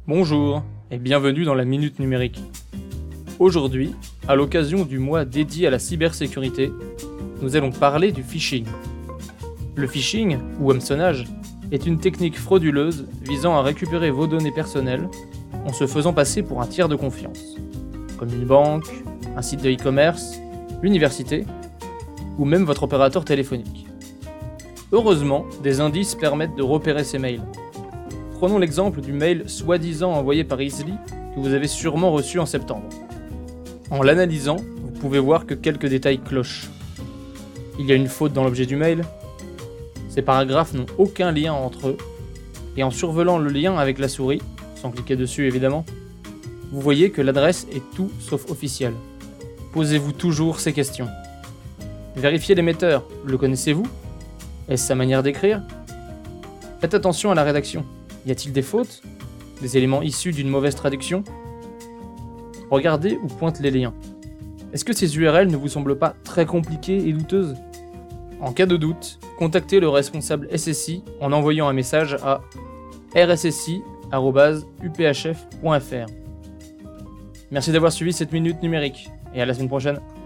Bonjour et bienvenue dans la Minute Numérique. Aujourd'hui, à l'occasion du mois dédié à la cybersécurité, nous allons parler du phishing. Le phishing, ou hameçonnage, est une technique frauduleuse visant à récupérer vos données personnelles en se faisant passer pour un tiers de confiance, comme une banque, un site de e-commerce, l'université, ou même votre opérateur téléphonique. Heureusement, des indices permettent de repérer ces mails. Prenons l'exemple du mail soi-disant envoyé par Easly que vous avez sûrement reçu en septembre. En l'analysant, vous pouvez voir que quelques détails clochent. Il y a une faute dans l'objet du mail, ces paragraphes n'ont aucun lien entre eux, et en survolant le lien avec la souris, sans cliquer dessus évidemment, vous voyez que l'adresse est tout sauf officielle. Posez-vous toujours ces questions. Vérifiez l'émetteur, le connaissez-vous ? Est-ce sa manière d'écrire ? Faites attention à la rédaction. Y a-t-il des fautes ? Des éléments issus d'une mauvaise traduction ? Regardez où pointent les liens. Est-ce que ces URL ne vous semblent pas très compliquées et douteuses ? En cas de doute, contactez le responsable SSI en envoyant un message à rssi@uphf.fr. Merci d'avoir suivi cette minute numérique et à la semaine prochaine.